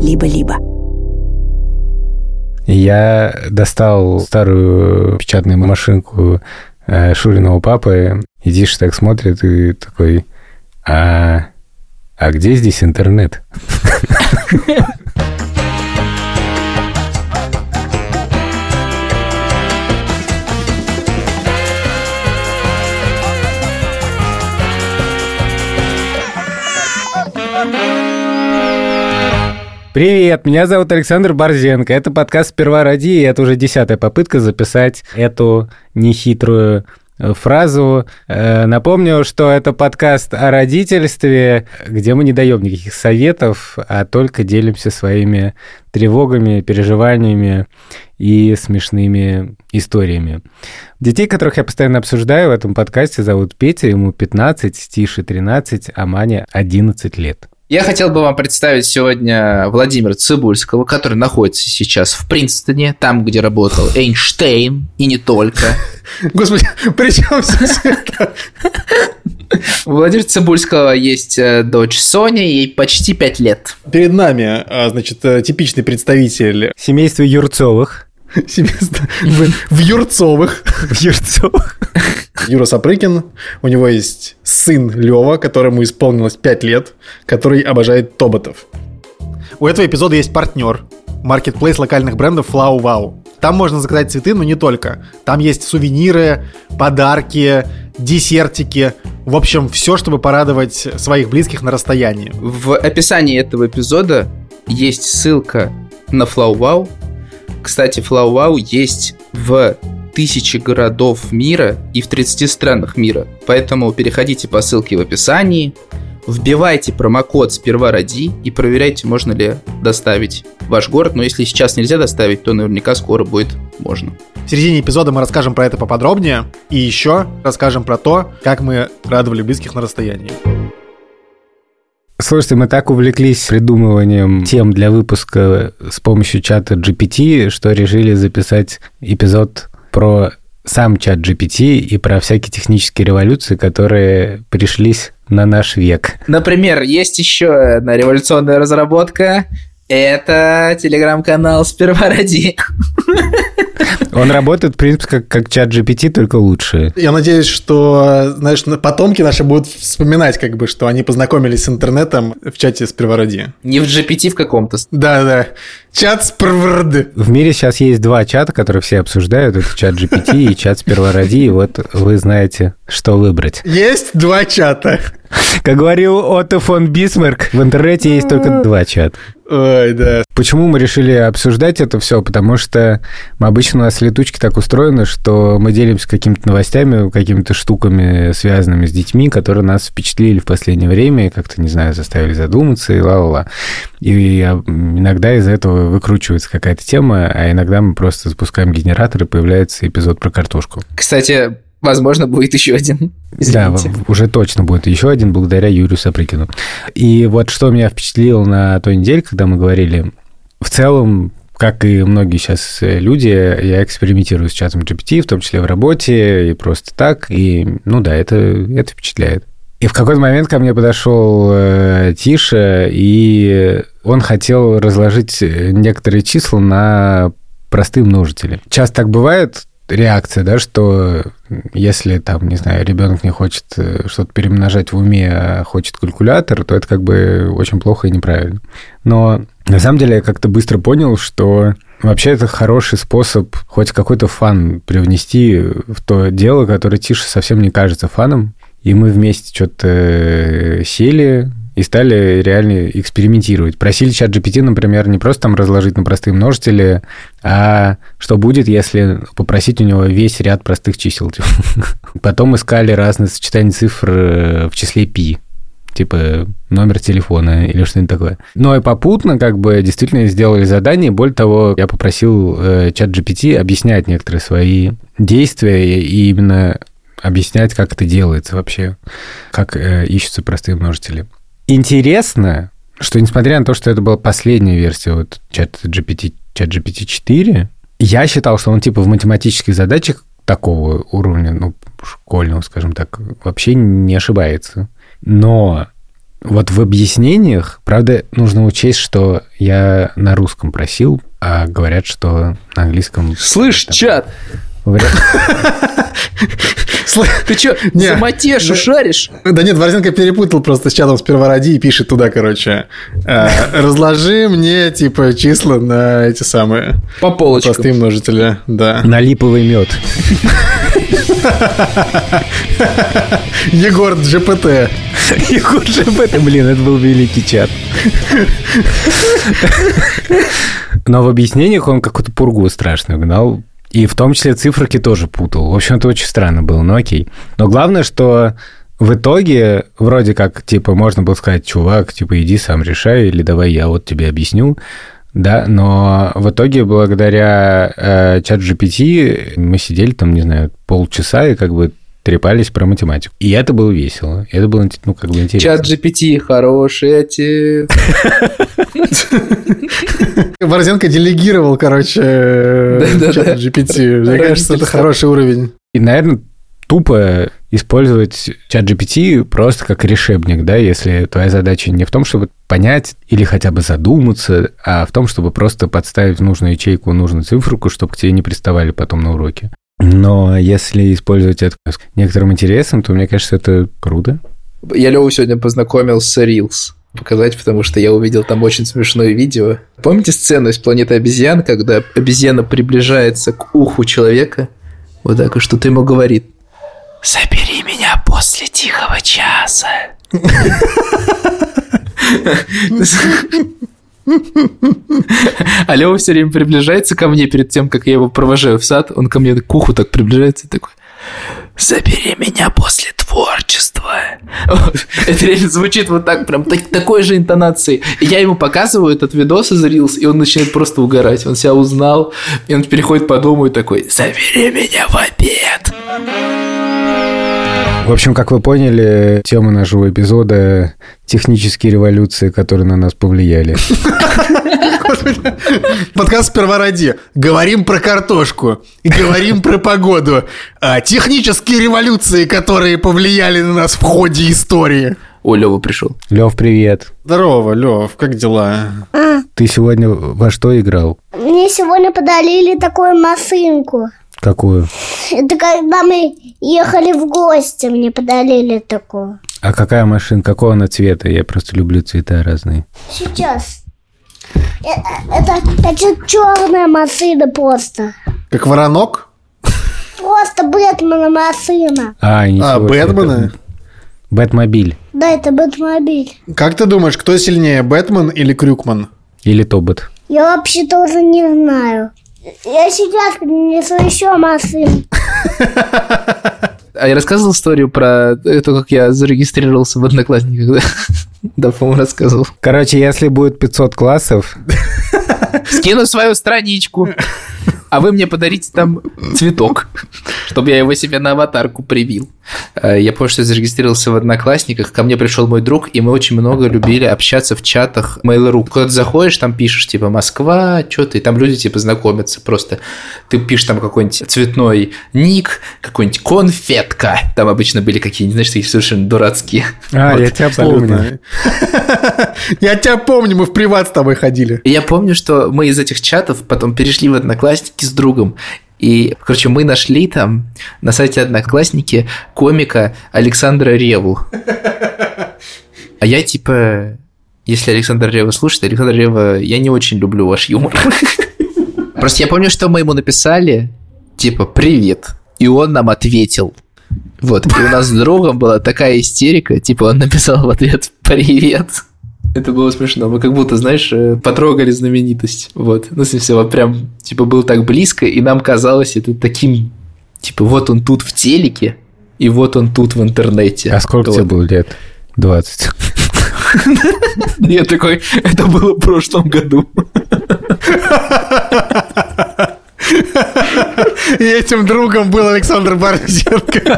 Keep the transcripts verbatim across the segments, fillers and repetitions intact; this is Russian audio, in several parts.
либо-либо. Я достал старую печатную машинку э, Шуриного папы, и Диша так смотрит и такой: а, а где здесь интернет? Привет, меня зовут Александр Борзенко. Это подкаст «Сперва роди», и это уже десятая попытка записать эту нехитрую фразу. Напомню, что это подкаст о родительстве, где мы не даем никаких советов, а только делимся своими тревогами, переживаниями и смешными историями. Детей, которых я постоянно обсуждаю в этом подкасте, зовут Петя, ему пятнадцать, Тише тринадцать, а Мане одиннадцать лет. Я хотел бы вам представить сегодня Владимира Цибульского, который находится сейчас в Принстоне, там, где работал Эйнштейн, и не только. Господи, при чем здесь это? У Владимира Цибульского есть дочь Соня, ей почти пять лет. Перед нами, значит, типичный представитель семейства Юрцовых. Семейство в Юрцовых. В Юрцовых. Юра Сапрыкин. У него есть сын Лёва, которому исполнилось пять лет, который обожает тоботов. У этого эпизода есть партнер. Маркетплейс локальных брендов Флау Вау. Там можно заказать цветы, но не только. Там есть сувениры, подарки, десертики. В общем, все, чтобы порадовать своих близких на расстоянии. В описании этого эпизода есть ссылка на Флау Вау. Кстати, Флау Вау есть в тысячи городов мира и в тридцати странах мира. Поэтому переходите по ссылке в описании, вбивайте промокод «Сперва роди» и проверяйте, можно ли доставить в ваш город. Но если сейчас нельзя доставить, то наверняка скоро будет можно. В середине эпизода мы расскажем про это поподробнее. И еще расскажем про то, как мы радовали близких на расстоянии. Слушайте, мы так увлеклись придумыванием тем для выпуска с помощью чата джи пи ти, что решили записать эпизод про сам чат джи пи ти и про всякие технические революции, которые пришлись на наш век. Например, есть еще одна революционная разработка. Это телеграм-канал «Сперва роди». Он работает, в принципе, как, как чат джи пи ти, только лучше. Я надеюсь, что, знаешь, потомки наши будут вспоминать, как бы, что они познакомились с интернетом в чате «Сперва роди». Не в джи пи ти в каком-то. Да-да. Чат «Сперва роди». В мире сейчас есть два чата, которые все обсуждают. Это чат джи пи ти и чат «Сперва роди». И вот вы знаете, что выбрать. Есть два чата. Как говорил Отто фон Бисмарк, в интернете есть только два чата. Ой, да. Почему мы решили обсуждать это все? Потому что мы обычно, у нас летучки так устроены, что мы делимся какими-то новостями, какими-то штуками, связанными с детьми, которые нас впечатлили в последнее время, и как-то, не знаю, заставили задуматься, и ла-ла-ла. И иногда из этого выкручивается какая-то тема, а иногда мы просто запускаем генератор, и появляется эпизод про картошку. Кстати, возможно, будет еще один. Извините. Да, уже точно будет еще один, благодаря Юрию Сапрыкину. И вот что меня впечатлило на той неделе, когда мы говорили, в целом, как и многие сейчас люди, я экспериментирую с чатом джи пи ти, в том числе в работе, и просто так, и, ну да, это, это впечатляет. И в какой-то момент ко мне подошел э, Тиша, и он хотел разложить некоторые числа на простые множители. Часто так бывает, реакция, да, что если там, не знаю, ребенок не хочет что-то перемножать в уме, а хочет калькулятор, то это как бы очень плохо и неправильно. Но на самом деле я как-то быстро понял, что вообще это хороший способ хоть какой-то фан привнести в то дело, которое Тише совсем не кажется фаном. И мы вместе что-то сели и стали реально экспериментировать. Просили чат джи пи ти, например, не просто там разложить на простые множители, а что будет, если попросить у него весь ряд простых чисел. Потом искали разные сочетания цифр в числе π, типа номер телефона или что-нибудь такое. Но и попутно как бы действительно сделали задание. Более того, я попросил чат джи пи ти объяснять некоторые свои действия и именно объяснять, как это делается вообще, как ищутся простые множители. Интересно, что несмотря на то, что это была последняя версия вот чат джи пи ти, чат джи пи ти четыре, я считал, что он типа в математических задачах такого уровня, ну, школьного, скажем так, вообще не ошибается. Но Вот в объяснениях, правда, нужно учесть, что я на русском просил, а говорят, что на английском... Слышь, чат! Ты что, за матешу шаришь? Да нет, Борзенко перепутал просто с чатом сперва ради и пишет туда, короче. Разложи мне, типа, числа на эти самые... По полочкам. Простые множители, да. На липовый мед. Егор джи пи ти. Егор джи пи ти, блин, это был великий чат. Но в объяснениях он какую-то пургу страшную гнал. И в том числе циферки тоже путал. В общем, это очень странно было, но окей. Но главное, что в итоге вроде как, типа, можно было сказать, чувак, типа, иди сам решай, или давай я вот тебе объясню. Да, но в итоге благодаря э, чат джи пи ти мы сидели там, не знаю, полчаса и как бы трепались про математику. И это было весело. И это было, ну, как бы интересно. Чат джи пи ти хороший отец. Борзенко делегировал, короче, чат джи пи ти. Мне кажется, это хороший уровень. И, наверное, тупо использовать чат джи пи ти просто как решебник, да, если твоя задача не в том, чтобы понять или хотя бы задуматься, а в том, чтобы просто подставить в нужную ячейку нужную циферку, чтобы к тебе не приставали потом на уроке. Но если использовать это с некоторым интересом, то, мне кажется, это круто. Я Лёву сегодня познакомил с Reels. Показать, потому что я увидел там очень смешное видео. Помните сцену из «Планеты обезьян», когда обезьяна приближается к уху человека, вот так, и что-то ему говорит: «Забери меня после тихого часа». А Лёва все время приближается ко мне перед тем, как я его провожаю в сад. Он ко мне к уху так приближается и такой: «Забери меня после творчества». Это реально звучит вот так, прям так, такой же интонацией. И я ему показываю этот видос из Reels, и он начинает просто угорать. Он себя узнал, и он переходит по дому и такой: «Забери меня в обед». В общем, как вы поняли, тема нашего эпизода — технические революции, которые на нас повлияли. Подкаст «Сперва ради». Говорим про картошку, говорим про погоду. Технические революции, которые повлияли на нас в ходе истории. О, Лёва пришел. Лёв, привет. Здорово, Лёв, как дела? А. Ты сегодня во что играл? Мне сегодня подарили такую машинку. Какую? Это когда мы ехали в гости, мне подарили такую. А какая машина? Какого она цвета? Я просто люблю цвета разные. Сейчас. Это, это черная машина просто. Как воронок? Просто Бэтмена машина. А, ничего. А, Бэтмена? Бэтмобиль. Да, это Бэтмобиль. Как ты думаешь, кто сильнее, Бэтмен или Крюкман? Или Тобот? Я вообще тоже не знаю. Я сейчас принесу еще машину. А я рассказывал историю про то, как я зарегистрировался в Одноклассниках, да? Да, по-моему, рассказывал. Короче, если будет пятьсот классов... Скину свою страничку, а вы мне подарите там цветок, чтобы я его себе на аватарку привил. Я помню, что я зарегистрировался в Одноклассниках, ко мне пришел мой друг, и мы очень много любили общаться в чатах Mail.ru. Куда ты заходишь, там пишешь, типа, Москва, что-то, и там люди, типа, знакомятся просто. Ты пишешь там какой-нибудь цветной ник, какой-нибудь конфетка. Там обычно были какие-нибудь, знаешь, такие совершенно дурацкие. А, вот. Я тебя помню. Я тебя помню, мы в приват с тобой ходили. И я помню, что мы из этих чатов потом перешли в Одноклассники с другом. И, короче, мы нашли там на сайте Одноклассники комика Александра Реву. А я, типа, если Александр Рева слушает, Александр Рева, я не очень люблю ваш юмор. Просто я помню, что мы ему написали, типа, «Привет». И он нам ответил. Вот, и у нас с другом была такая истерика, типа, он написал в ответ «Привет». Это было смешно. Мы как будто, знаешь, потрогали знаменитость. Вот. Ну, в смысле, вот прям, типа, было так близко, и нам казалось это таким, типа, вот он тут в телеке, и вот он тут в интернете. А сколько тебе было лет? двадцать. Я такой, это было в прошлом году. И этим другом был Александр Борзенко.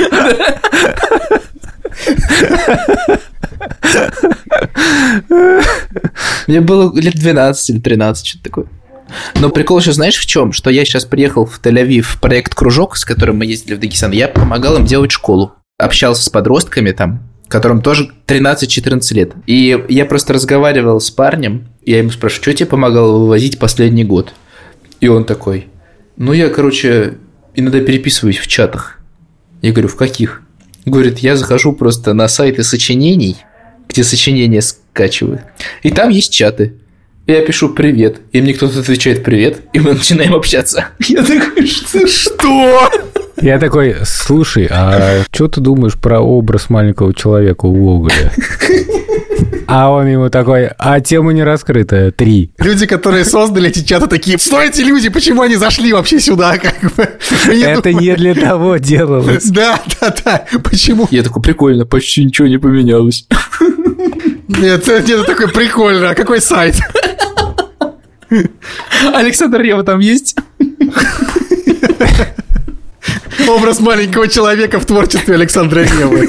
Мне было лет двенадцать или тринадцать, что-то такое. Но прикол еще знаешь в чем? Что я сейчас приехал в Тель-Авив в проект «Кружок», с которым мы ездили в Дагестан. Я помогал им делать школу. Общался с подростками там, которому тоже тринадцать-четырнадцать лет. И я просто разговаривал с парнем, и я ему спрашиваю, что тебе помогало вывозить последний год? И он такой, ну, я, короче, иногда переписываюсь в чатах. Я говорю, в каких? Говорит, я захожу просто на сайты сочинений, где сочинения скачивают, и там есть чаты. Я пишу «привет», и мне кто-то отвечает «привет», и мы начинаем общаться. Я такой, что? Что? Я такой, слушай, а что ты думаешь про образ маленького человека у Гоголя? А он ему такой, а тема не раскрыта, три. Люди, которые создали эти чаты, такие, что эти люди, почему они зашли вообще сюда? Как бы? Это думаю... не для того делалось. Да, да, да, почему? Я такой, прикольно, почти ничего не поменялось. Нет, это такой прикольно, а какой сайт? Александр Ревва там есть? Образ маленького человека в творчестве Александра Реввы.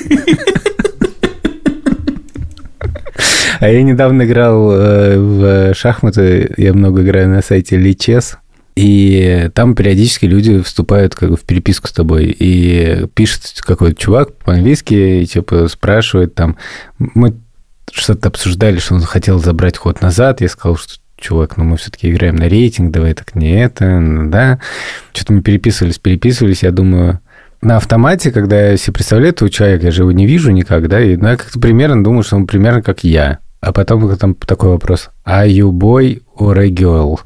А я недавно играл э, в шахматы, я много играю на сайте Lichess, и там периодически люди вступают как бы в переписку с тобой, и пишет какой-то чувак по-английски, и типа спрашивает там, мы что-то обсуждали, что он хотел забрать ход назад, я сказал, что чувак, ну мы все-таки играем на рейтинг, давай так не это, ну, да. Что-то мы переписывались, переписывались, я думаю... На автомате, когда я себе представляю этого человека, я же его не вижу никак, да, и ну, я как-то примерно думаю, что он примерно как я. А потом там такой вопрос. Are you boy or a girl?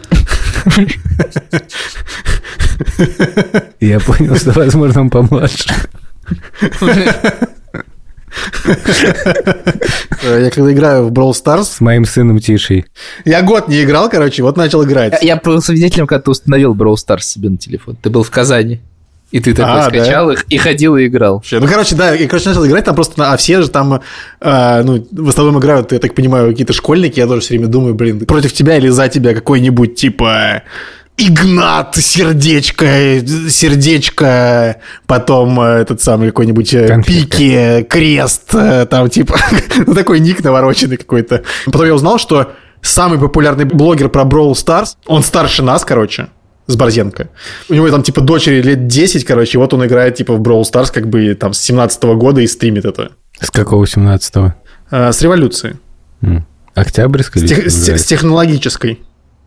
Я понял, что, возможно, он помладше. Я когда играю в Brawl Stars... С моим сыном Тишей. Я год не играл, короче, вот начал играть. Я был свидетелем, когда ты установил Brawl Stars себе на телефон. Ты был в Казани. И ты такой а, скачал да? их и ходил и играл. Вообще, ну, короче, да, я, короче, начал играть, там просто, а все же там, э, ну, в основном играют, я так понимаю, какие-то школьники, я тоже все время думаю, блин, против тебя или за тебя какой-нибудь, типа, Игнат, сердечко, сердечко, потом этот самый какой-нибудь Конфетка. Пики, крест, там, типа, ну, такой ник навороченный какой-то. Потом я узнал, что самый популярный блогер про Brawl Stars, он старше нас, короче, с Борзенко. У него там, типа, дочери лет десять, короче, и вот он играет, типа, в Brawl Stars, как бы, там, с семнадцатого года и стримит это. С какого семнадцатого? А, с революции. Mm. Октябрьской? С, тех, с, с технологической.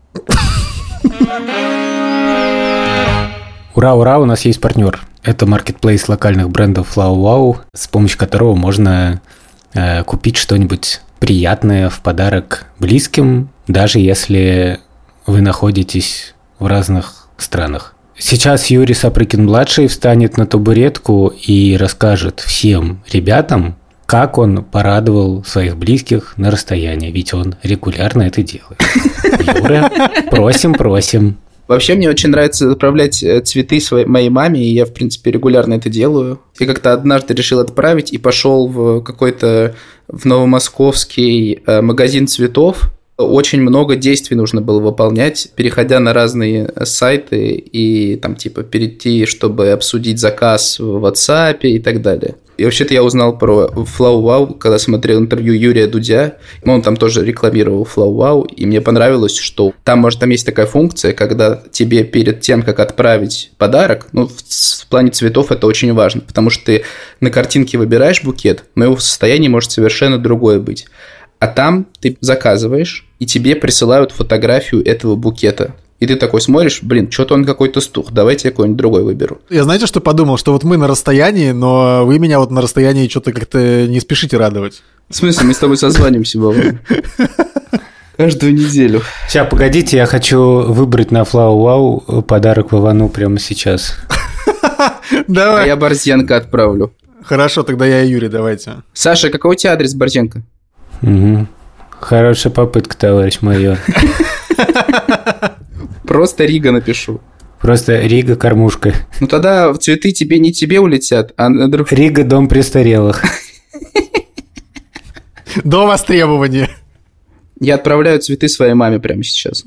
Ура, ура, у нас есть партнер. Это маркетплейс локальных брендов FlowWow, с помощью которого можно э, купить что-нибудь приятное в подарок близким, даже если вы находитесь в разных странах. Сейчас Юрий Сапрыкин-младший встанет на табуретку и расскажет всем ребятам, как он порадовал своих близких на расстоянии, ведь он регулярно это делает. Юра, просим, просим. Вообще, мне очень нравится отправлять цветы своей, моей маме, и я, в принципе, регулярно это делаю. Я как-то однажды решил отправить и пошел в какой-то в новомосковский магазин цветов. Очень много действий нужно было выполнять, переходя на разные сайты и там типа перейти, чтобы обсудить заказ в WhatsApp и так далее. И вообще-то я узнал про FlowWow, когда смотрел интервью Юрия Дудя. Он там тоже рекламировал FlowWow, и мне понравилось, что там, может, там есть такая функция, когда тебе перед тем, как отправить подарок, ну, в, в плане цветов это очень важно, потому что ты на картинке выбираешь букет, но его состояние может совершенно другое быть. А там ты заказываешь, и тебе присылают фотографию этого букета. И ты такой смотришь, блин, что-то он какой-то стух, давайте я какой-нибудь другой выберу. Я знаете, что подумал? Что вот мы на расстоянии, но вы меня вот на расстоянии что-то как-то не спешите радовать. В смысле, мы с тобой созванимся, Вова? Каждую неделю. Сейчас, погодите, я хочу выбрать на FlowWow подарок Вовану прямо сейчас. Давай. А я Борзенко отправлю. Хорошо, тогда я и Юрий, давайте. Саша, какой у тебя адрес, Борзенко? Угу. Хорошая попытка, товарищ майор. Просто Рига напишу. Просто Рига кормушка. Ну тогда цветы тебе не тебе улетят, а на друг... Рига дом престарелых. До востребования. Я отправляю цветы своей маме прямо сейчас.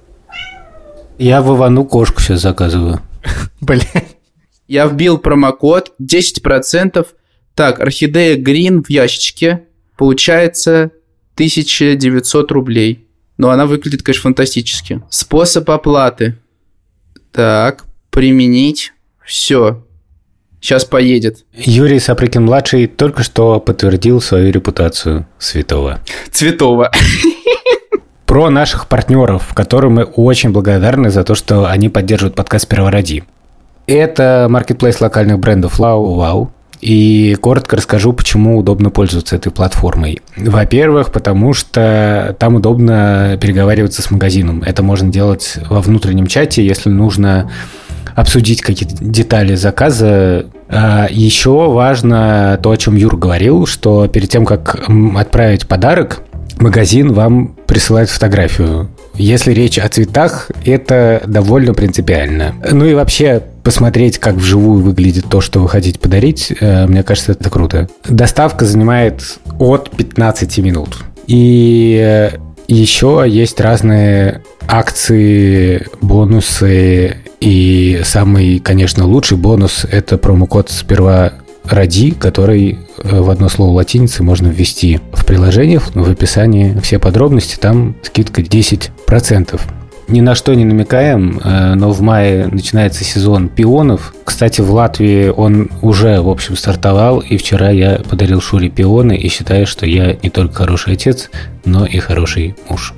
Я Вовану кошку сейчас заказываю. Блин. Я вбил промокод десять процентов. Так, орхидея Грин в ящичке. Получается тысяча девятьсот рублей. Но она выглядит, конечно, фантастически. Способ оплаты. Так, применить. Все. Сейчас поедет. Юрий Сапрыкин-младший только что подтвердил свою репутацию святого. Цветова. Про наших партнеров, которым мы очень благодарны за то, что они поддерживают подкаст «Первородни». Это маркетплейс локальных брендов FlowWow. И коротко расскажу, почему удобно пользоваться этой платформой. Во-первых, потому что там удобно переговариваться с магазином. Это можно делать во внутреннем чате, если нужно обсудить какие-то детали заказа. А еще важно то, о чем Юр говорил, что перед тем, как отправить подарок, магазин вам присылает фотографию. Если речь о цветах, это довольно принципиально. Ну и вообще посмотреть, как вживую выглядит то, что вы хотите подарить, мне кажется, это круто. Доставка занимает от пятнадцати минут. И еще есть разные акции, бонусы. И самый, конечно, лучший бонус – это промокод «Сперва Ради», который в одно слово латиницы можно ввести в приложениях, в описании все подробности, там скидка десять процентов. Ни на что не намекаем, но в мае начинается сезон пионов. Кстати, в Латвии он уже, в общем, стартовал, и вчера я подарил Шуре пионы и считаю, что я не только хороший отец, но и хороший муж.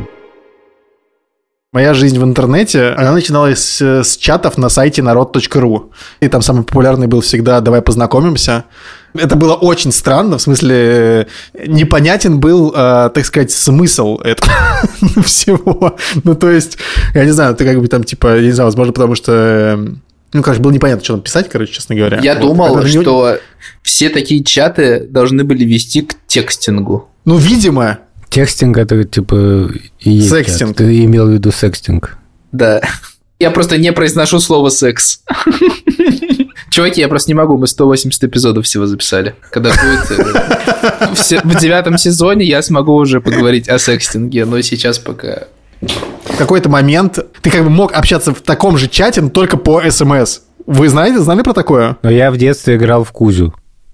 Моя жизнь в интернете, она начиналась с, с чатов на сайте народ точка ру. И там самый популярный был всегда «Давай познакомимся». Это было очень странно, в смысле, непонятен был, э, так сказать, смысл этого всего. Ну, то есть, я не знаю, ты как бы там, типа, я не знаю, возможно, потому что... Ну, конечно, было непонятно, что там писать, короче, честно говоря. Я вот. думал, Это что не... все такие чаты должны были вести к текстингу. Ну, видимо... Текстинг – это типа и есть секстинг. Чат. Ты имел в виду секстинг. Да. Я просто не произношу слово «секс». Чуваки, я просто не могу, мы сто восемьдесят эпизодов всего записали. Когда будет в девятом сезоне, я смогу уже поговорить о секстинге, но сейчас пока... В какой-то момент ты как бы мог общаться в таком же чате, но только по СМС. Вы знаете, знали про такое? Но я в детстве играл в Кузю.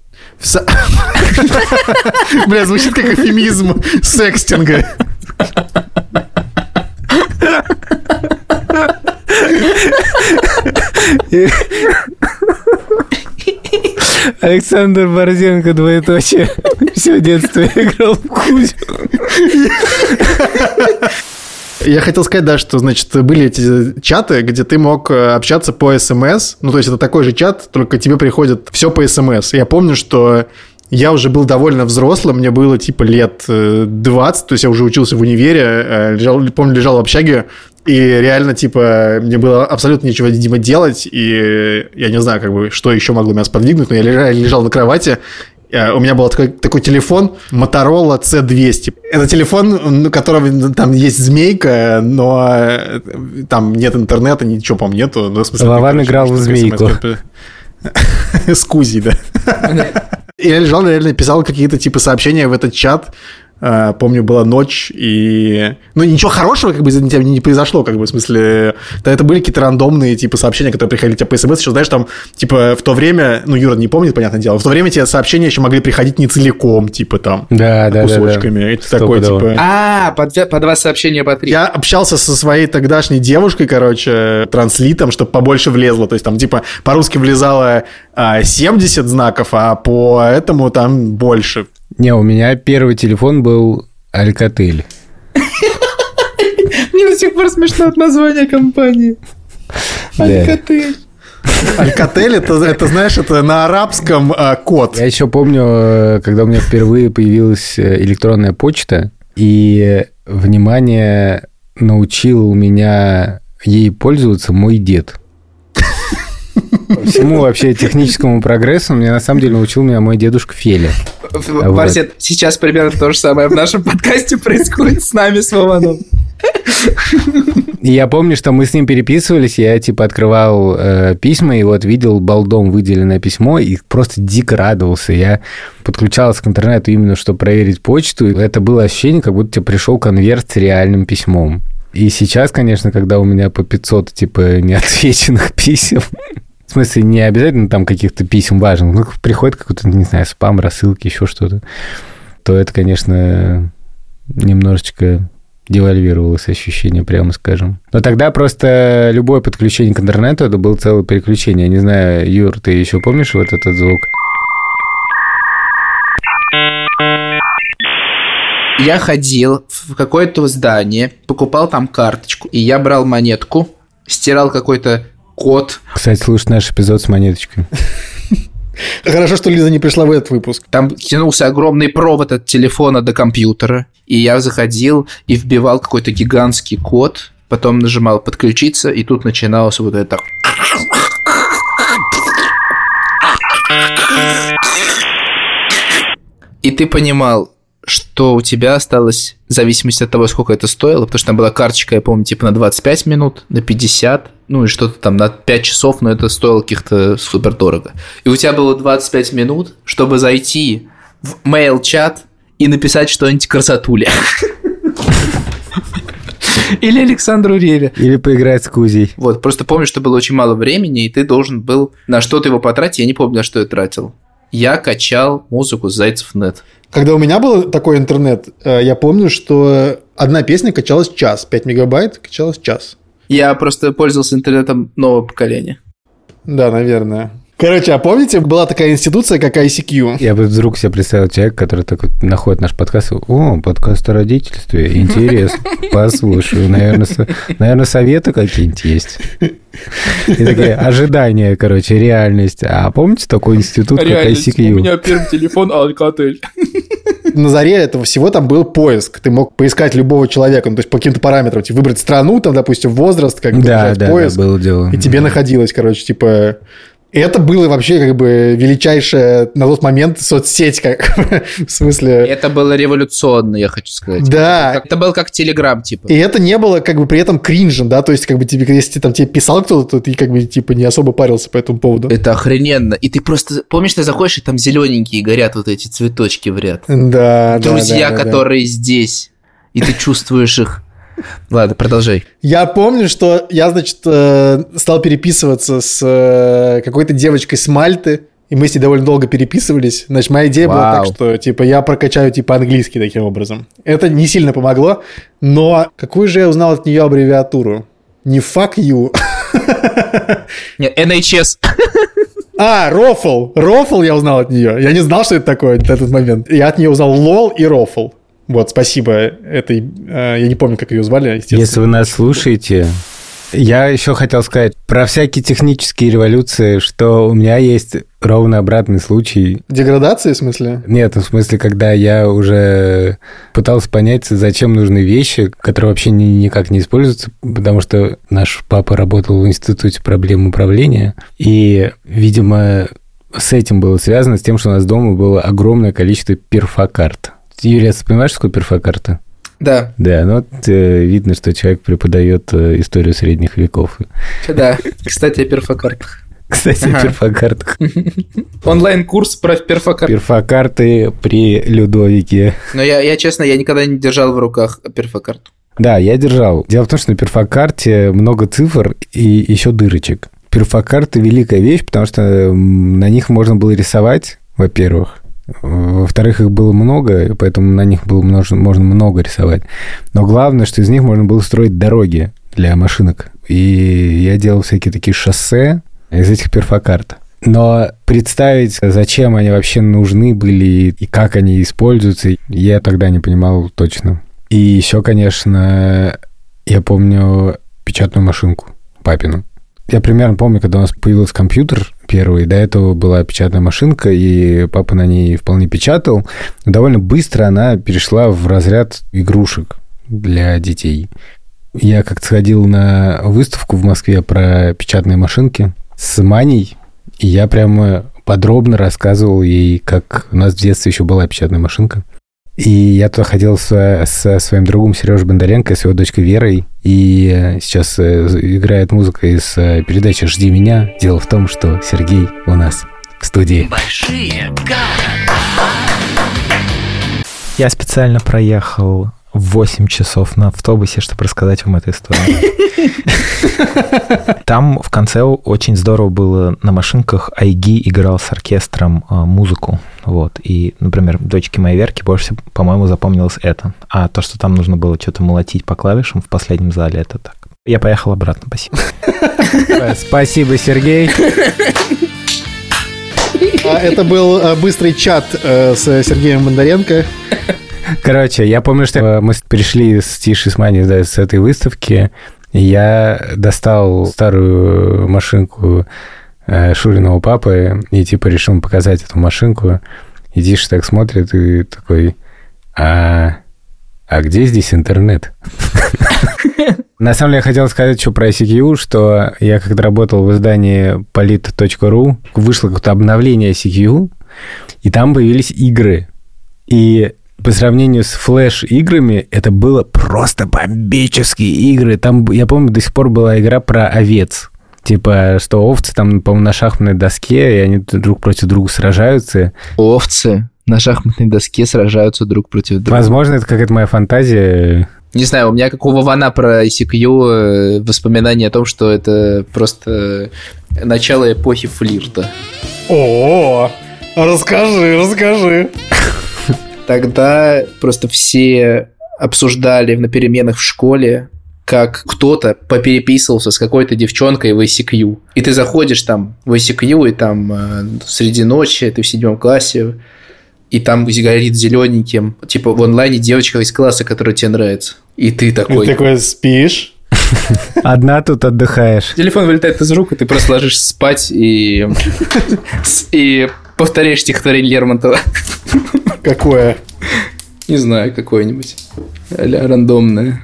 Бля, звучит как эвфемизм секстинга. Александр Борзенко, двоеточие. Все детство играл в Кузю. Я хотел сказать, да, что, значит, были эти чаты, где ты мог общаться по СМС. Ну, то есть это такой же чат, только тебе приходит все по СМС. Я помню, что я уже был довольно взрослым, мне было типа лет двадцать, то есть я уже учился в универе, лежал, помню, лежал в общаге, и реально, типа, мне было абсолютно нечего, видимо, делать, и я не знаю, как бы, что еще могло меня сподвигнуть, но я лежал, лежал на кровати. У меня был такой, такой телефон Motorola си двести. Это телефон, у которого там есть змейка, но там нет интернета, ничего, по-моему, нету. Ну, в смысле, Вован играл в змейку. С Кузей, да. И я лежал, реально писал какие-то типа сообщения в этот чат. Помню, была ночь, и... Ну, ничего хорошего как бы из-за тебя не произошло, как бы, в смысле... Да, это были какие-то рандомные, типа, сообщения, которые приходили тебе по СМС, еще, знаешь, там, типа, в то время... Ну, Юра не помнит, понятное дело, в то время тебе сообщения еще могли приходить не целиком, типа, там, да, да, кусочками. Да, да. Это такое, типа... А, по, по два сообщения по три. Я общался со своей тогдашней девушкой, короче, транслитом, чтобы побольше влезло, то есть, там, типа, по-русски влезало а, семьдесят знаков, а по этому там больше. Не, у меня первый телефон был Alcatel. Мне до сих пор смешно от названия компании. Alcatel. Alcatel, это, это, знаешь, это на арабском а, код. Я еще помню, когда у меня впервые появилась электронная почта, и, внимание, научил меня ей пользоваться мой дед. Всему вообще техническому прогрессу мне на самом деле научил меня мой дедушка Феля. Барсет, вот. Сейчас примерно то же самое в нашем подкасте происходит с нами, с Вованом. И я помню, что мы с ним переписывались, я типа открывал э, письма, и вот видел балдом выделенное письмо, и просто дико радовался. Я подключался к интернету именно, чтобы проверить почту, и это было ощущение, как будто тебе пришел конверт с реальным письмом. И сейчас, конечно, когда у меня по пятьсот типа неотвеченных писем, в смысле, не обязательно там каких-то писем важных, ну, приходит какой-то, не знаю, спам, рассылки, еще что-то, то это, конечно, немножечко девальвировалось ощущение, прямо скажем. Но тогда просто любое подключение к интернету, это было целое переключение. Я не знаю, Юр, ты еще помнишь вот этот звук? Я ходил в какое-то здание, покупал там карточку, и я брал монетку, стирал какой-то код. Кстати, слушай наш эпизод с монеточкой. Хорошо, что Лиза не пришла в этот выпуск. Там тянулся огромный провод от телефона до компьютера, и я заходил и вбивал какой-то гигантский код, потом нажимал «подключиться», и тут начиналось вот это. И ты понимал, что у тебя осталось, в зависимости от того, сколько это стоило, потому что там была карточка, я помню, типа на двадцать пять минут, на пятьдесят, ну и что-то там на пять часов, но это стоило каких-то супердорого. И у тебя было двадцать пять минут, чтобы зайти в mail-чат и написать что-нибудь красотуле. Или Александру Реве. Или поиграть с Кузей. Вот, просто помню, что было очень мало времени, и ты должен был на что-то его потратить, я не помню, на что я тратил. Я качал музыку с Зайцев.нет. Когда у меня был такой интернет, я помню, что одна песня качалась час. пять мегабайт качалась час. Я просто пользовался интернетом нового поколения. Да, наверное. Короче, а помните, была такая институция, как ай си кью? Я бы вдруг себе представил человека, который так вот находит наш подкаст. О, подкаст о родительстве. Интересно. Послушаю. Наверное, со... наверное советы какие-нибудь есть. И такие ожидания, короче, реальность. А помните такой институт, как ай си кью? У меня первый телефон Alcatel. На заре этого всего там был поиск. Ты мог поискать любого человека, ну, то есть по каким-то параметрам. Типа, выбрать страну, там, допустим, возраст, как бы, да, да, поиск. Да, было дело. И тебе находилось, короче, типа... Это было вообще как бы величайшая на тот момент соцсеть, как в смысле... Это было революционно, я хочу сказать. Да. Это, это был как Телеграм, типа. И это не было как бы при этом кринжем, да, то есть как бы тебе, если там тебе писал кто-то, то ты как бы типа не особо парился по этому поводу. Это охрененно. И ты просто, помнишь, ты заходишь, и там зелененькие горят вот эти цветочки в ряд. Да, Друзья, да, да, которые да. здесь, и ты чувствуешь их. Ладно, продолжай. Я помню, что я, значит, стал переписываться с какой-то девочкой с Мальты, и мы с ней довольно долго переписывались. Значит, моя идея Вау. была так, что, типа, я прокачаю, типа, английский таким образом. Это не сильно помогло, но какую же я узнал от нее аббревиатуру? Не fuck you. Нет, эн эйч эс. А, рофл. Рофл я узнал от нее. Я не знал, что это такое в этот момент. Я от нее узнал лол и рофл. Вот, спасибо этой... Э, я не помню, как ее звали, естественно. Если вы нас слушаете... Я еще хотел сказать про всякие технические революции, что у меня есть ровно обратный случай. Деградации, в смысле? Нет, в смысле, когда я уже пытался понять, зачем нужны вещи, которые вообще ни, никак не используются, потому что наш папа работал в Институте проблем управления, и, видимо, с этим было связано, с тем, что у нас дома было огромное количество перфокарт. Юрий, ты понимаешь, что такое перфокарта? Да. Да, ну вот э, видно, что человек преподает э, историю средних веков. Да, кстати, о перфокартах. Кстати, ага. о перфокартах. Онлайн-курс про перфокарты. Перфокарты при Людовике. Но я, я, честно, я никогда не держал в руках перфокарту. Да, я держал. Дело в том, что на перфокарте много цифр и еще дырочек. Перфокарты – великая вещь, потому что на них можно было рисовать, во-первых. Во-вторых, их было много, поэтому на них было можно, можно много рисовать. Но главное, что из них можно было строить дороги для машинок. И я делал всякие такие шоссе из этих перфокарт. Но представить, зачем они вообще нужны были и как они используются, я тогда не понимал точно. И еще, конечно, я помню печатную машинку папину. Я примерно помню, когда у нас появился компьютер первый, до этого была печатная машинка, и папа на ней вполне печатал. Но довольно быстро она перешла в разряд игрушек для детей. Я как-то сходил на выставку в Москве про печатные машинки с Маней, и я прямо подробно рассказывал ей, как у нас в детстве еще была печатная машинка. И я туда ходил со, со своим другом Сережей Бондаренко и с его дочкой Верой. И сейчас играет музыка из передачи «Жди меня». Дело в том, что Сергей у нас в студии. Большие города. Я специально проехал восемь часов на автобусе, чтобы рассказать вам эту историю. Там в конце очень здорово было на машинках. Айги играл с оркестром музыку. Вот. И, например, дочке моей Верке больше всего, по-моему, запомнилось это. А то, что там нужно было что-то молотить по клавишам в последнем зале, это так. Я поехал обратно, спасибо. Спасибо, Сергей. Это был быстрый чат с Сергеем Бондаренко. Короче, я помню, что мы пришли с Тишей с Маней, да, с этой выставки, и я достал старую машинку Шуриного папы и типа решил показать эту машинку. И Тиша так смотрит и такой: а, а где здесь интернет? На самом деле, я хотел сказать еще про ай си кью, что я когда работал в издании polit точка ру, вышло какое-то обновление ай си кью, и там появились игры. И по сравнению с флеш-играми, это было просто бомбические игры. Там, я помню, до сих пор была игра про овец. Типа, что овцы там, по-моему, на шахматной доске, и они друг против друга сражаются. Овцы на шахматной доске сражаются друг против друга. Возможно, это какая-то моя фантазия. Не знаю, у меня как у Вована про ай си кью воспоминания о том, что это просто начало эпохи флирта. О, расскажи, расскажи. Тогда просто все обсуждали на переменах в школе, как кто-то попереписывался с какой-то девчонкой в ай си кью. И ты заходишь там в ай си кью, и там э, среди ночи, ты в седьмом классе, и там горит зелененьким, типа в онлайне девочка из класса, которая тебе нравится. И ты такой... Ты такой спишь. Одна тут отдыхаешь. Телефон вылетает из рук, и ты просто ложишься спать и... и повторяешь стихотворение Лермонтова. Какое? Не знаю, какое-нибудь. А-ля рандомное.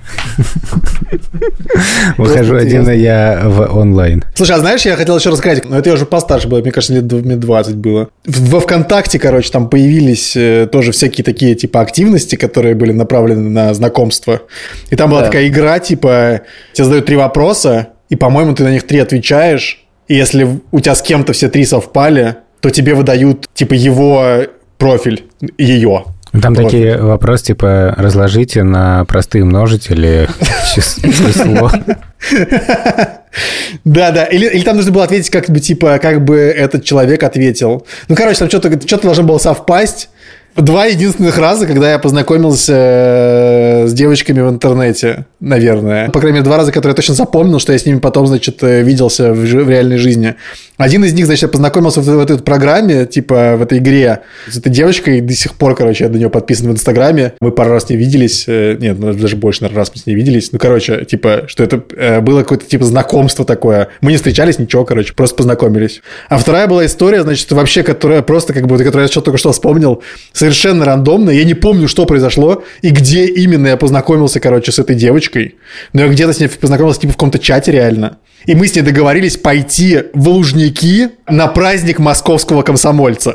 Выхожу один я в онлайн. Слушай, а знаешь, я хотел еще рассказать, но это я уже постарше был, мне кажется, лет двадцать было. Во ВКонтакте, короче, там появились тоже всякие такие, типа, активности, которые были направлены на знакомство. И там была да. такая игра, типа, тебе задают три вопроса, и, по-моему, ты на них три отвечаешь, и если у тебя с кем-то все три совпали, то тебе выдают, типа, его профиль, ее. Там профиль. Такие вопросы, типа, разложите на простые множители число. Да-да, или, или там нужно было ответить, как бы, типа, как бы этот человек ответил. Ну, короче, там что-то, что-то должно было совпасть. Два единственных раза, когда я познакомился с девочками в интернете, наверное. По крайней мере, два раза, которые я точно запомнил, что я с ними потом, значит, виделся в, в реальной жизни. Один из них, значит, я познакомился в, в этой программе, типа, в этой игре с этой девочкой. До сих пор, короче, я до нее подписан в Инстаграме. Мы пару раз с ней виделись. Нет, ну, даже больше, наверное, раз мы с ней виделись. Ну, короче, типа, что это было какое-то, типа, знакомство такое. Мы не встречались, ничего, короче, просто познакомились. А вторая была история, значит, вообще, которая просто, как бы, которую я что-то только что вспомнил, совершенно рандомно. Я не помню, что произошло и где именно я познакомился, короче, с этой девочкой. Но я где-то с ней познакомился, типа, в каком-то чате реально. И мы с ней договорились пойти в Лужники на праздник московского комсомольца.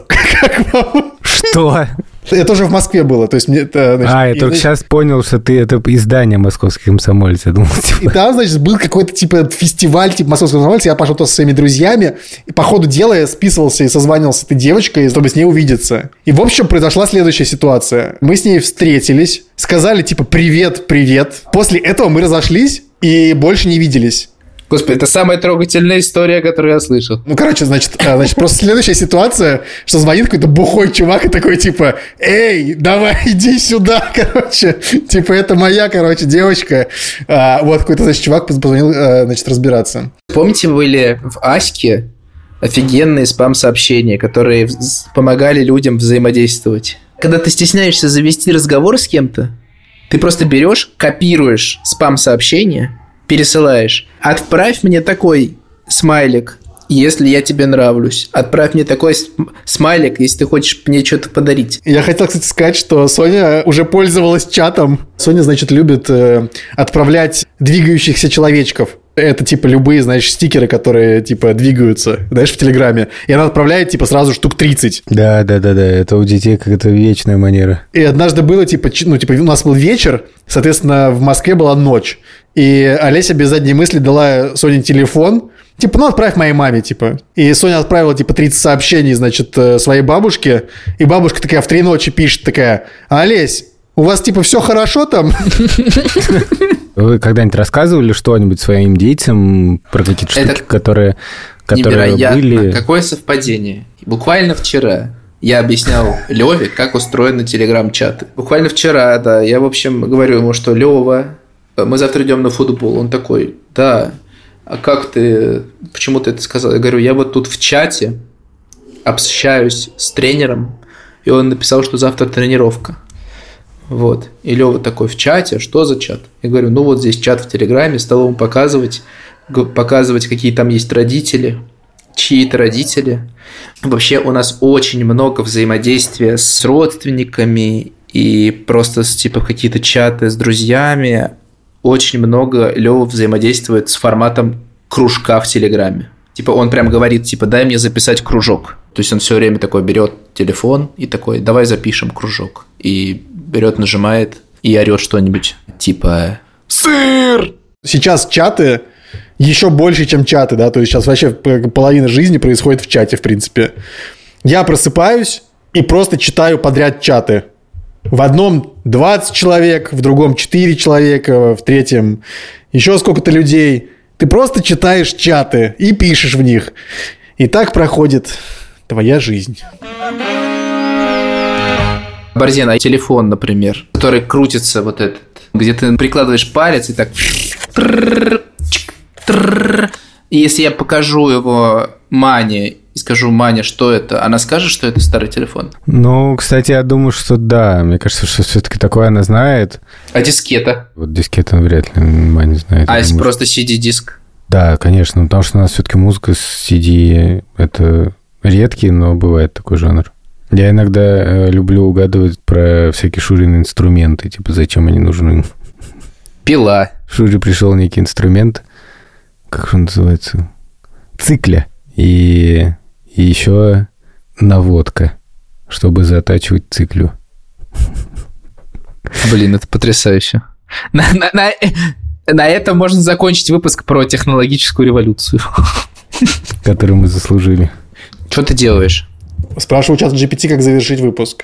Что? Это уже в Москве было. То есть мне это, значит, а, я и, только значит, сейчас понял, что ты это издание «Московский комсомолец». Я думал, типа... И там, значит, был какой-то, типа, фестиваль, типа, «Московского комсомольца». Я пошел туда со своими друзьями. И по ходу дела я списывался и созванивался с этой девочкой, чтобы с ней увидеться. И, в общем, произошла следующая ситуация. Мы с ней встретились, сказали, типа, привет, привет. После этого мы разошлись и больше не виделись. Господи, это самая трогательная история, которую я слышал. Ну, короче, значит, значит, просто следующая ситуация, что звонит какой-то бухой чувак и такой, типа, эй, давай, иди сюда, короче. Типа, это моя, короче, девочка. А, вот какой-то, значит, чувак позвонил, значит, разбираться. Помните, были в Аське офигенные спам-сообщения, которые помогали людям взаимодействовать? Когда ты стесняешься завести разговор с кем-то, ты просто берешь, копируешь спам-сообщение, пересылаешь. Отправь мне такой смайлик, если я тебе нравлюсь. Отправь мне такой смайлик, если ты хочешь мне что-то подарить. Я хотел, кстати, сказать, что Соня уже пользовалась чатом. Соня, значит, любит э, отправлять двигающихся человечков. Это, типа, любые, знаешь, стикеры, которые, типа, двигаются, знаешь, в Телеграме. И она отправляет, типа, сразу штук тридцать. Да, да, да, да. Это у детей какая-то вечная манера. И однажды было, типа, ну, типа, у нас был вечер, соответственно, в Москве была ночь. И Олеся без задней мысли дала Соне телефон. Типа, ну, отправь моей маме, типа. И Соня отправила, типа, тридцать сообщений, значит, своей бабушке. И бабушка такая в три ночи пишет, такая: Олесь, У вас, типа, все хорошо там? Вы когда-нибудь рассказывали что-нибудь своим детям про какие-то штуки, Это которые, которые невероятно. Были? Какое совпадение. Буквально вчера я объяснял Леве, как устроены телеграм-чаты. Буквально вчера, да, я, в общем, говорю ему, что Лева, мы завтра идем на футбол. Он такой, да, а как ты, почему ты это сказал? Я говорю, я вот тут в чате общаюсь с тренером, и он написал, что завтра тренировка. Вот. И Лёва такой в чате, что за чат? Я говорю, ну вот здесь чат в Телеграме, стал ему показывать, показывать, какие там есть родители, чьи-то родители. Вообще у нас очень много взаимодействия с родственниками и просто с, типа какие-то чаты с друзьями. Очень много Лёва взаимодействует с форматом кружка в Телеграме. Типа он прям говорит, типа, дай мне записать кружок. То есть он все время такой берет телефон и такой, давай запишем кружок. И берет, нажимает и орет что-нибудь, типа «Сыр!». Сейчас чаты еще больше, чем чаты, да, то есть сейчас вообще половина жизни происходит в чате, в принципе. Я просыпаюсь и просто читаю подряд чаты. В одном двадцать человек, в другом четыре человека, в третьем еще сколько-то людей. Ты просто читаешь чаты и пишешь в них. И так проходит твоя жизнь. Борзен, а телефон, например, который крутится вот этот, где ты прикладываешь палец и так... И если я покажу его Мане и скажу, Маня, что это, она скажет, что это старый телефон? Ну, кстати, я думаю, что да. Мне кажется, что все-таки такое она знает. А дискета? Вот дискета вряд ли Маня знает. А если думаю, просто си ди-диск? Да, конечно, потому что у нас все-таки музыка с си ди – это редкий, но бывает такой жанр. Я иногда э, люблю угадывать про всякие Шурины инструменты, типа зачем они нужны. Пила. Шуре пришел некий инструмент, как же он называется? Цикля. И, и еще наводка, чтобы затачивать циклю. Блин, это потрясающе. На, на, на, на этом можно закончить выпуск про технологическую революцию. Которую мы заслужили. Что ты делаешь? Спрашиваю чат джи пи ти, как завершить выпуск.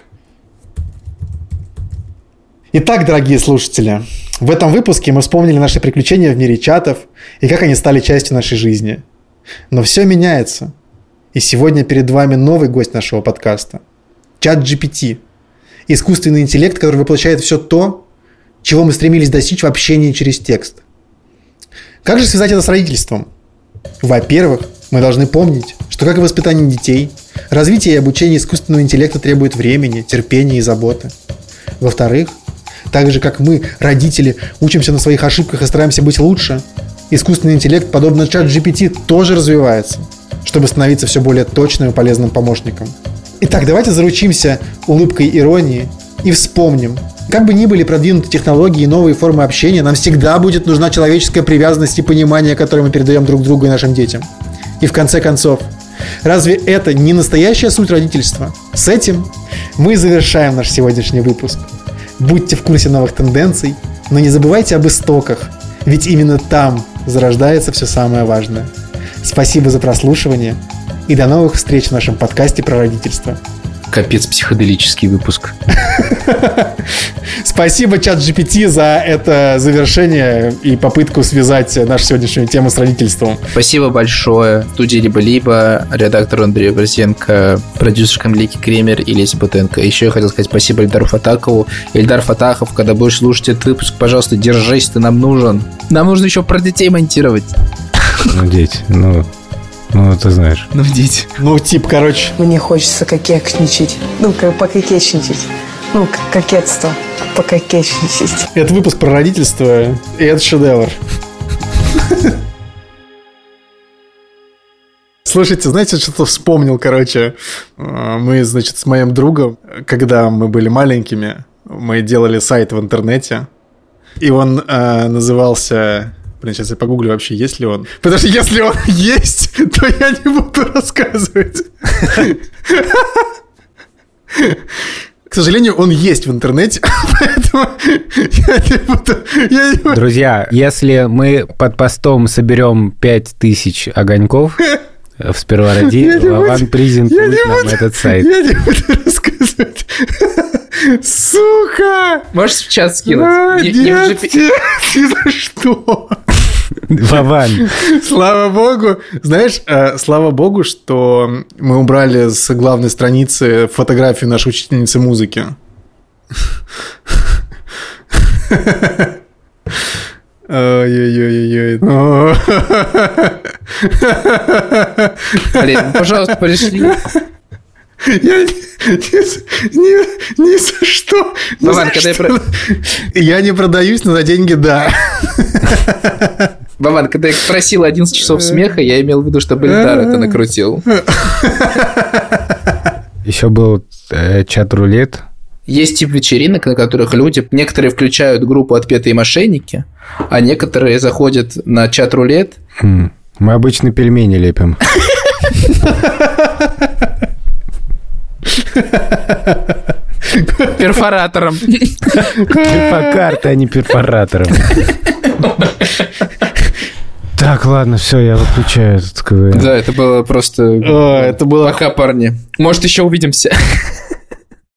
Итак, дорогие слушатели, в этом выпуске мы вспомнили наши приключения в мире чатов и как они стали частью нашей жизни. Но все меняется. И сегодня перед вами новый гость нашего подкаста. чат джи пи ти. Искусственный интеллект, который воплощает все то, чего мы стремились достичь в общении через текст. Как же связать это с родительством? Во-первых, мы должны помнить, что, как и воспитание детей, развитие и обучение искусственного интеллекта требует времени, терпения и заботы. Во-вторых, так же, как мы, родители, учимся на своих ошибках и стараемся быть лучше, искусственный интеллект, подобно чат джи пи ти, тоже развивается, чтобы становиться все более точным и полезным помощником. Итак, давайте заручимся улыбкой иронии и вспомним, как бы ни были продвинуты технологии и новые формы общения, нам всегда будет нужна человеческая привязанность и понимание, которое мы передаем друг другу и нашим детям. И в конце концов, разве это не настоящая суть родительства? С этим мы завершаем наш сегодняшний выпуск. Будьте в курсе новых тенденций, но не забывайте об истоках, ведь именно там зарождается все самое важное. Спасибо за прослушивание и до новых встреч в нашем подкасте про родительство. Капец, психоделический выпуск. Спасибо, чат джи пи ти, за это завершение и попытку связать нашу сегодняшнюю тему с родительством. Спасибо большое студии «Либо-либо», редактору Андрею Борзенко, продюсеркам Лики Кремер и Лесе Бутенко. Еще я хотел сказать спасибо Ильдару Фатахову. Ильдар Фатахов, когда будешь слушать этот выпуск, пожалуйста, держись, ты нам нужен. Нам нужно еще про детей монтировать. Ну, дети, ну... Ну, ты знаешь. Ну, дети. Ну, тип, короче. Мне хочется кокетничать. Ну, как пококетничать. Ну, кокетство. Пококетничать. Это выпуск про родительство, и это шедевр. Слушайте, знаете, что-то вспомнил, короче. Мы, значит, с моим другом, когда мы были маленькими, мы делали сайт в интернете, и он э, назывался... Блин, сейчас я погуглю вообще, есть ли он. Потому что если он есть, то я не буду рассказывать. К сожалению, он есть в интернете, поэтому я не буду... Я не буду. Друзья, если мы под постом соберем пять тысяч огоньков в «Сперва роди», Вован Призин будет нам этот сайт. Я не буду рассказывать. Сука! Можешь в чат скинуть? А, Не- не в нет, джи пи нет, ни за что. Вован. Слава богу. Знаешь, э, слава богу, что мы убрали с главной страницы фотографию нашей учительницы музыки. Ой-ой-ой-ой. Блин, ну, пожалуйста, пришли. Я ни, ни- ни за что. ни Вован, за когда я что. про- Я не продаюсь, но за деньги да. Вован, когда я просил одиннадцать часов смеха, я имел в виду, что Эльдар это накрутил. Еще был э, чат-рулет. Есть тип вечеринок, на которых люди, некоторые включают группу «Отпетые мошенники», а некоторые заходят на чат-рулет. М, Мы обычно пельмени лепим. Перфоратором. Перфокарты, а не перфоратором. Так, ладно, все, я выключаю этот КВН. Да, это было просто... О, это было Пока, парни. Может, еще увидимся.